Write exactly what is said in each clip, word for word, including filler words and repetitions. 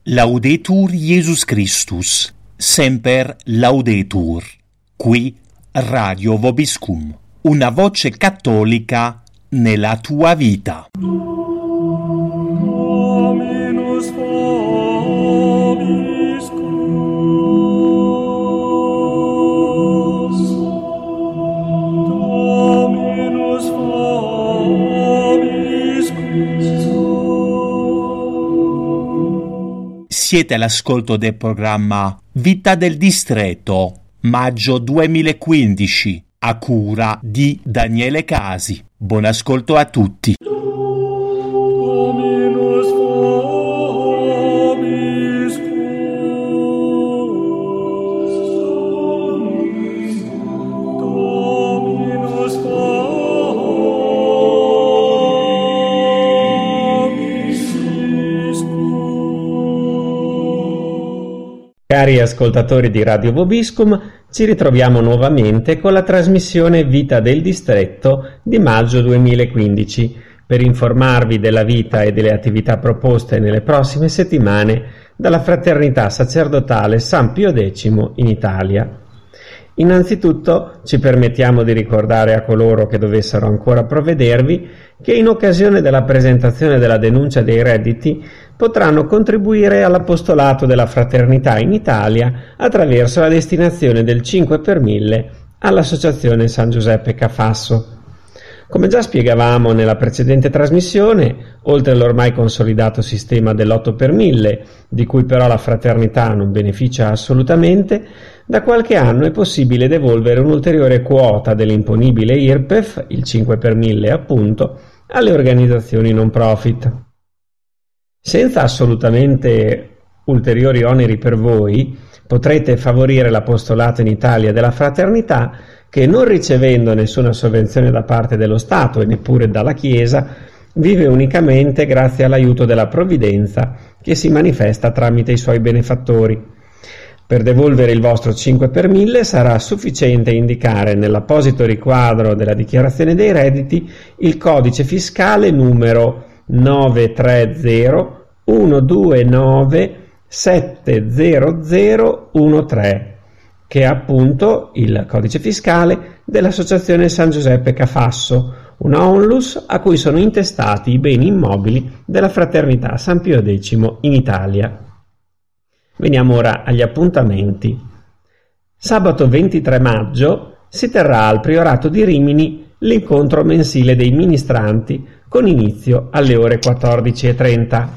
Laudetur Jesus Christus, semper laudetur. Qui Radio Vobiscum, una voce cattolica nella tua vita. Dominus vobiscus. Dominus vobiscus. Siete all'ascolto del programma Vita del Distretto, maggio duemilaquindici, a cura di Daniele Casi. Buon ascolto a tutti. Dominus vobiscus. Dominus vobiscus. Cari ascoltatori di Radio Vobiscum, ci ritroviamo nuovamente con la trasmissione Vita del Distretto di maggio duemilaquindici per informarvi della vita e delle attività proposte nelle prossime settimane dalla Fraternità Sacerdotale San Pio X in Italia. Innanzitutto ci permettiamo di ricordare a coloro che dovessero ancora provvedervi che in occasione della presentazione della denuncia dei redditi potranno contribuire all'apostolato della Fraternità in Italia attraverso la destinazione del cinque per mille all'Associazione San Giuseppe Cafasso. Come già spiegavamo nella precedente trasmissione, oltre all'ormai consolidato sistema dell'otto per mille, di cui però la Fraternità non beneficia assolutamente, da qualche anno è possibile devolvere un'ulteriore quota dell'imponibile I R P E F, il cinque per mille appunto, alle organizzazioni non profit. Senza assolutamente ulteriori oneri per voi, potrete favorire l'apostolato in Italia della Fraternità che, non ricevendo nessuna sovvenzione da parte dello Stato e neppure dalla Chiesa, vive unicamente grazie all'aiuto della provvidenza che si manifesta tramite i suoi benefattori. Per devolvere il vostro cinque per mille sarà sufficiente indicare nell'apposito riquadro della dichiarazione dei redditi il codice fiscale numero nove tre zero uno due nove sette zero zero uno tre, che è appunto il codice fiscale dell'Associazione San Giuseppe Cafasso, una onlus a cui sono intestati i beni immobili della Fraternità San Pio X in Italia. Veniamo ora agli appuntamenti. Sabato ventitré maggio si terrà al Priorato di Rimini l'incontro mensile dei ministranti con inizio alle ore quattordici e trenta.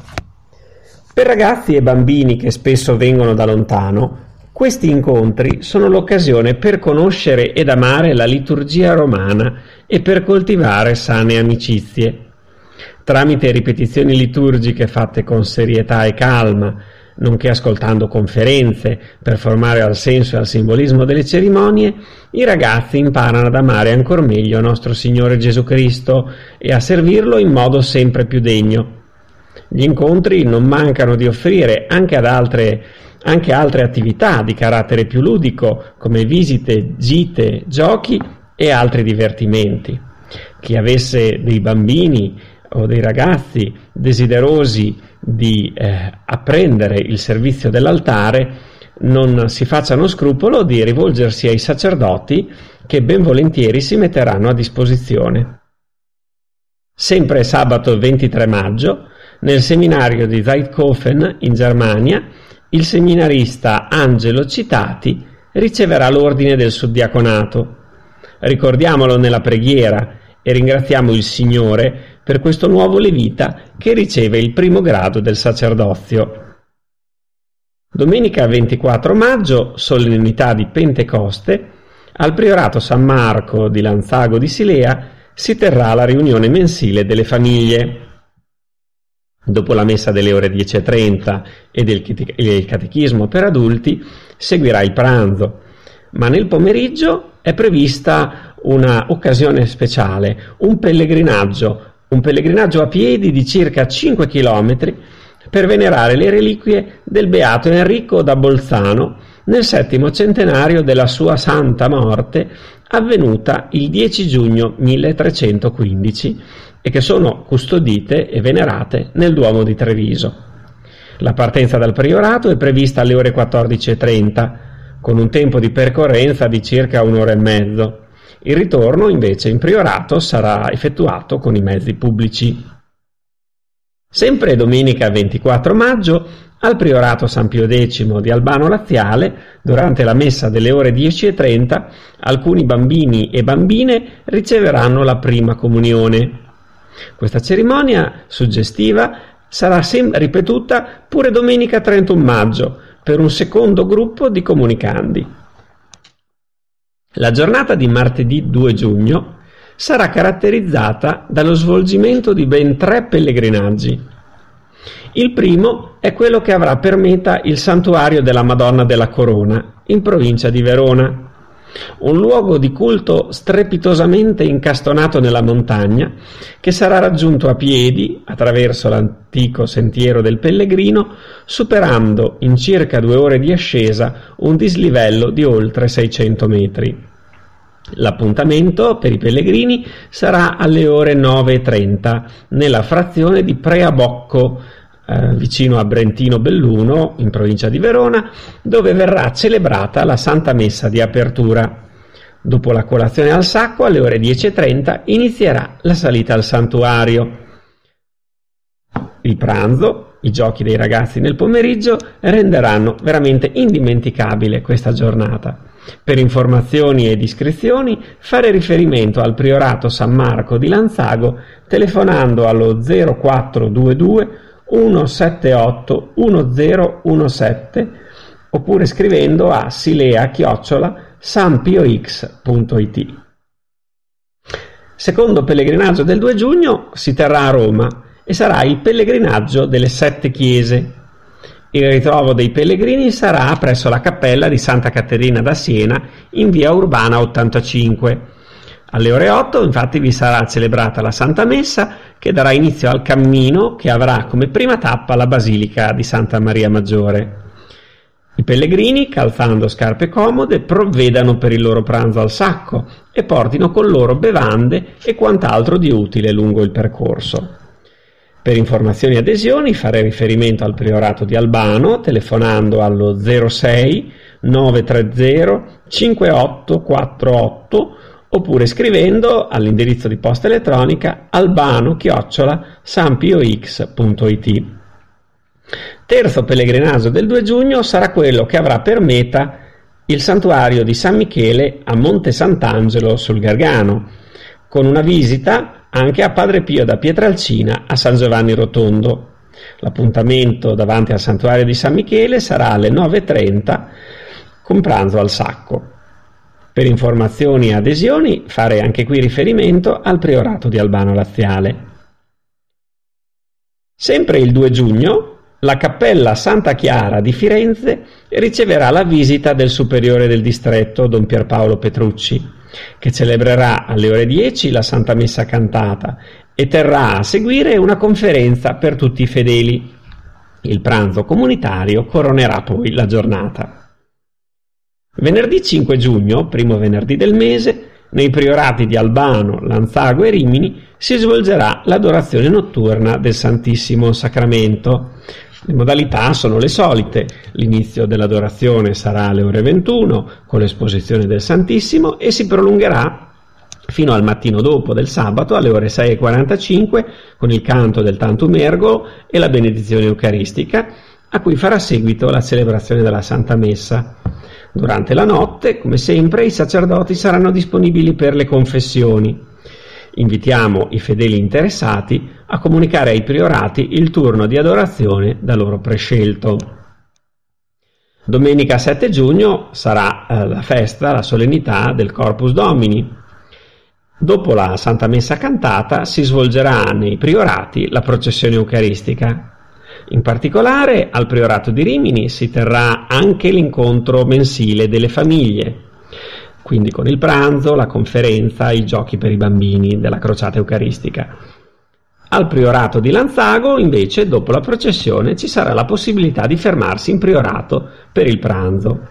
Per ragazzi e bambini che spesso vengono da lontano, questi incontri sono l'occasione per conoscere ed amare la liturgia romana e per coltivare sane amicizie. Tramite ripetizioni liturgiche fatte con serietà e calma, nonché ascoltando conferenze per formare al senso e al simbolismo delle cerimonie, i ragazzi imparano ad amare ancor meglio nostro Signore Gesù Cristo e a servirlo in modo sempre più degno. Gli incontri non mancano di offrire anche ad altre, anche altre attività di carattere più ludico, come visite, gite, giochi e altri divertimenti. Chi avesse dei bambini o dei ragazzi desiderosi di eh, apprendere il servizio dell'altare, non si facciano scrupolo di rivolgersi ai sacerdoti che ben volentieri si metteranno a disposizione. Sempre sabato ventitré maggio, nel seminario di Weidkofen in Germania, il seminarista Angelo Citati riceverà l'ordine del suddiaconato. Ricordiamolo nella preghiera e ringraziamo il Signore per questo nuovo levita che riceve il primo grado del sacerdozio. Domenica ventiquattro maggio, solennità di Pentecoste, al Priorato San Marco di Lanzago di Silea si terrà la riunione mensile delle famiglie. Dopo la messa delle ore dieci e trenta e del catechismo per adulti seguirà il pranzo, ma nel pomeriggio è prevista una occasione speciale, un pellegrinaggio, un pellegrinaggio a piedi di circa cinque chilometri per venerare le reliquie del beato Enrico da Bolzano nel settimo centenario della sua santa morte, avvenuta il dieci giugno milletrecentoquindici, e che sono custodite e venerate nel Duomo di Treviso. La partenza dal priorato è prevista alle ore quattordici e trenta, con un tempo di percorrenza di circa un'ora e mezzo. Il ritorno, invece, in priorato sarà effettuato con i mezzi pubblici. Sempre domenica ventiquattro maggio, al priorato San Pio X di Albano Laziale, durante la messa delle ore dieci e trenta, alcuni bambini e bambine riceveranno la prima comunione. Questa cerimonia suggestiva sarà sem- ripetuta pure domenica trentuno maggio per un secondo gruppo di comunicandi. La giornata di martedì due giugno sarà caratterizzata dallo svolgimento di ben tre pellegrinaggi. Il primo è quello che avrà per meta il santuario della Madonna della Corona, in provincia di Verona, un luogo di culto strepitosamente incastonato nella montagna, che sarà raggiunto a piedi attraverso l'antico sentiero del Pellegrino, superando in circa due ore di ascesa un dislivello di oltre seicento metri. L'appuntamento per i pellegrini sarà alle ore nove e trenta nella frazione di Preabocco, eh, vicino a Brentino Belluno, in provincia di Verona, dove verrà celebrata la Santa Messa di apertura. Dopo la colazione al sacco, alle ore dieci e trenta, inizierà la salita al santuario. Il pranzo, i giochi dei ragazzi nel pomeriggio renderanno veramente indimenticabile questa giornata. Per informazioni ed iscrizioni fare riferimento al Priorato San Marco di Lanzago telefonando allo zero quattro due due uno sette otto uno zero uno sette oppure scrivendo a silea chiocciola sanpiox punto it. Secondo pellegrinaggio del due giugno si terrà a Roma e sarà il pellegrinaggio delle sette chiese. Il ritrovo dei pellegrini sarà presso la cappella di Santa Caterina da Siena in via Urbana ottantacinque. Alle ore otto infatti vi sarà celebrata la Santa Messa che darà inizio al cammino che avrà come prima tappa la Basilica di Santa Maria Maggiore. I pellegrini, calzando scarpe comode, provvedano per il loro pranzo al sacco e portino con loro bevande e quant'altro di utile lungo il percorso. Per informazioni e adesioni fare riferimento al Priorato di Albano telefonando allo zero sei nove tre zero cinque otto quattro otto oppure scrivendo all'indirizzo di posta elettronica albano chiocciola sanpiox punto it. Terzo pellegrinaggio del due giugno sarà quello che avrà per meta il santuario di San Michele a Monte Sant'Angelo sul Gargano, con una visita anche a Padre Pio da Pietralcina a San Giovanni Rotondo. L'appuntamento davanti al santuario di San Michele sarà alle nove e trenta con pranzo al sacco. Per informazioni e adesioni fare anche qui riferimento al Priorato di Albano Laziale. Sempre il due giugno la Cappella Santa Chiara di Firenze riceverà la visita del superiore del distretto Don Pierpaolo Petrucci, che celebrerà alle ore dieci la Santa Messa cantata e terrà a seguire una conferenza per tutti i fedeli. Il pranzo comunitario coronerà poi la giornata. Venerdì cinque giugno, primo venerdì del mese, nei priorati di Albano, Lanzago e Rimini si svolgerà l'adorazione notturna del Santissimo Sacramento. Le modalità sono le solite: l'inizio dell'adorazione sarà alle ore ventuno con l'esposizione del Santissimo e si prolungherà fino al mattino dopo del sabato alle ore sei e quarantacinque con il canto del Tantum Ergo e la benedizione eucaristica, a cui farà seguito la celebrazione della Santa Messa. Durante la notte, come sempre, i sacerdoti saranno disponibili per le confessioni. Invitiamo i fedeli interessati a comunicare ai priorati il turno di adorazione da loro prescelto. Domenica sette giugno sarà eh, la festa, la solennità del Corpus Domini. Dopo la Santa Messa cantata si svolgerà nei priorati la processione eucaristica. In particolare al Priorato di Rimini si terrà anche l'incontro mensile delle famiglie, quindi con il pranzo, la conferenza, i giochi per i bambini della crociata eucaristica. Al Priorato di Lanzago, invece, dopo la processione ci sarà la possibilità di fermarsi in priorato per il pranzo.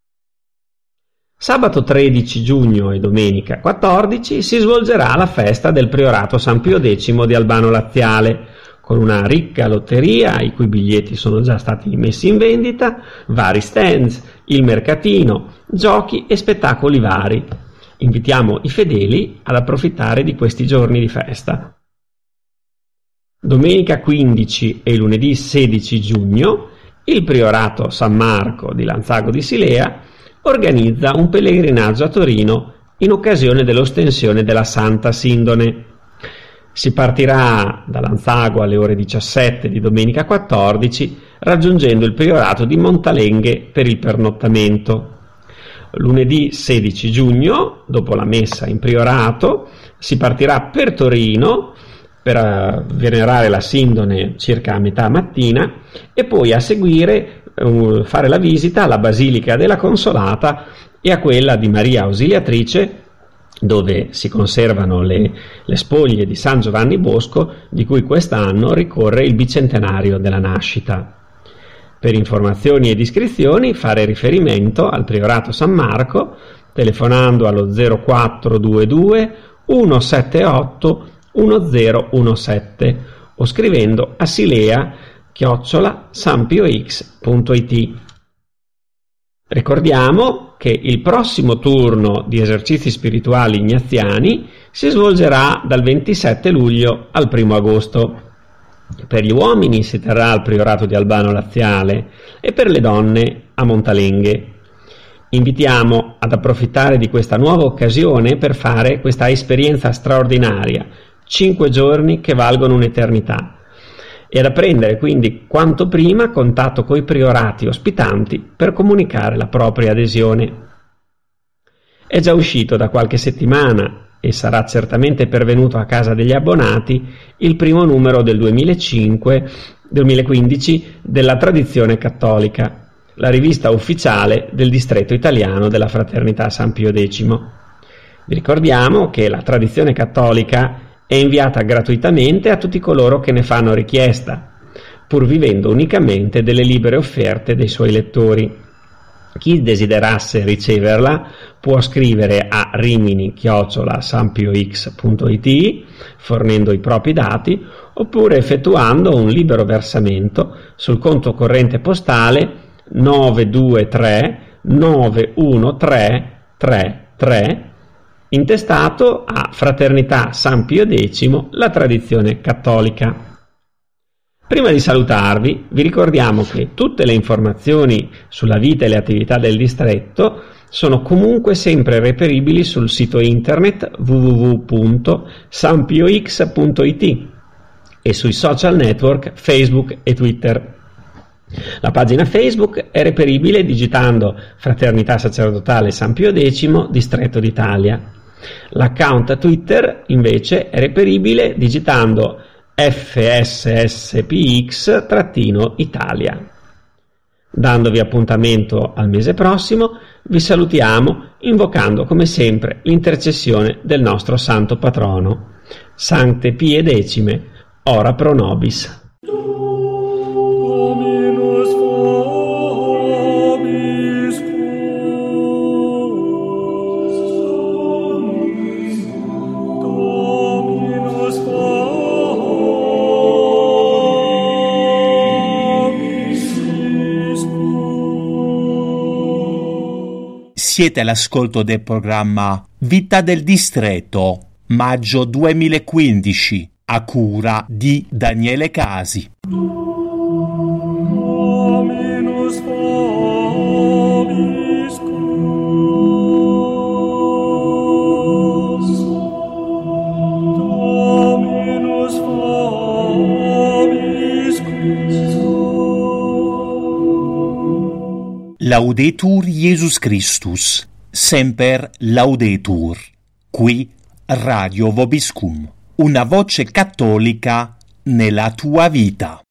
Sabato tredici giugno e domenica quattordici si svolgerà la festa del Priorato San Pio X di Albano Laziale, con una ricca lotteria i cui biglietti sono già stati messi in vendita, vari stands, il mercatino, giochi e spettacoli vari. Invitiamo i fedeli ad approfittare di questi giorni di festa. Domenica quindici e lunedì sedici giugno il Priorato San Marco di Lanzago di Silea organizza un pellegrinaggio a Torino in occasione dell'ostensione della Santa Sindone. Si partirà da Lanzago alle ore diciassette di domenica quattordici, raggiungendo il Priorato di Montalenghe per il pernottamento. Lunedì sedici giugno, dopo la messa in Priorato, si partirà per Torino per venerare la Sindone circa a metà mattina e poi a seguire uh, fare la visita alla Basilica della Consolata e a quella di Maria Ausiliatrice, dove si conservano le, le spoglie di San Giovanni Bosco, di cui quest'anno ricorre il bicentenario della nascita. Per informazioni ed iscrizioni fare riferimento al Priorato San Marco telefonando allo zero quattro due due uno sette otto uno zero uno sette o scrivendo a silea chiocciola sanpiox punto it. Ricordiamo che il prossimo turno di esercizi spirituali ignaziani si svolgerà dal ventisette luglio al primo agosto. Per gli uomini si terrà al Priorato di Albano Laziale e per le donne a Montalenghe. Invitiamo ad approfittare di questa nuova occasione per fare questa esperienza straordinaria, cinque giorni che valgono un'eternità, e ad apprendere quindi quanto prima contatto coi priorati ospitanti per comunicare la propria adesione. È già uscito da qualche settimana e sarà certamente pervenuto a casa degli abbonati il primo numero del duemilacinque duemilaquindici della Tradizione Cattolica, la rivista ufficiale del distretto italiano della Fraternità San Pio X. Vi ricordiamo che la Tradizione Cattolica è inviata gratuitamente a tutti coloro che ne fanno richiesta, pur vivendo unicamente delle libere offerte dei suoi lettori. Chi desiderasse riceverla può scrivere a rimini chiocciola sanpiox punto it fornendo i propri dati oppure effettuando un libero versamento sul conto corrente postale nove due tre nove uno tre tre tre intestato a Fraternità San Pio X, la Tradizione Cattolica. Prima di salutarvi, vi ricordiamo che tutte le informazioni sulla vita e le attività del distretto sono comunque sempre reperibili sul sito internet w w w punto sanpiox punto it e sui social network Facebook e Twitter. La pagina Facebook è reperibile digitando Fraternità Sacerdotale San Pio X, Distretto d'Italia. L'account Twitter invece è reperibile digitando F S S P X-Italia. Dandovi appuntamento al mese prossimo, vi salutiamo invocando come sempre l'intercessione del nostro santo patrono. Sancte Pie Decime, ora pro nobis. Dominus vobiscum. Dominus vobiscum. Siete all'ascolto del programma Vita del Distretto, maggio duemilaquindici, a cura di Daniele Casi. Dominus vobiscum. Dominus vobiscum. Laudetur Jesus Christus, semper laudetur. Qui Radio Vobiscum, una voce cattolica nella tua vita.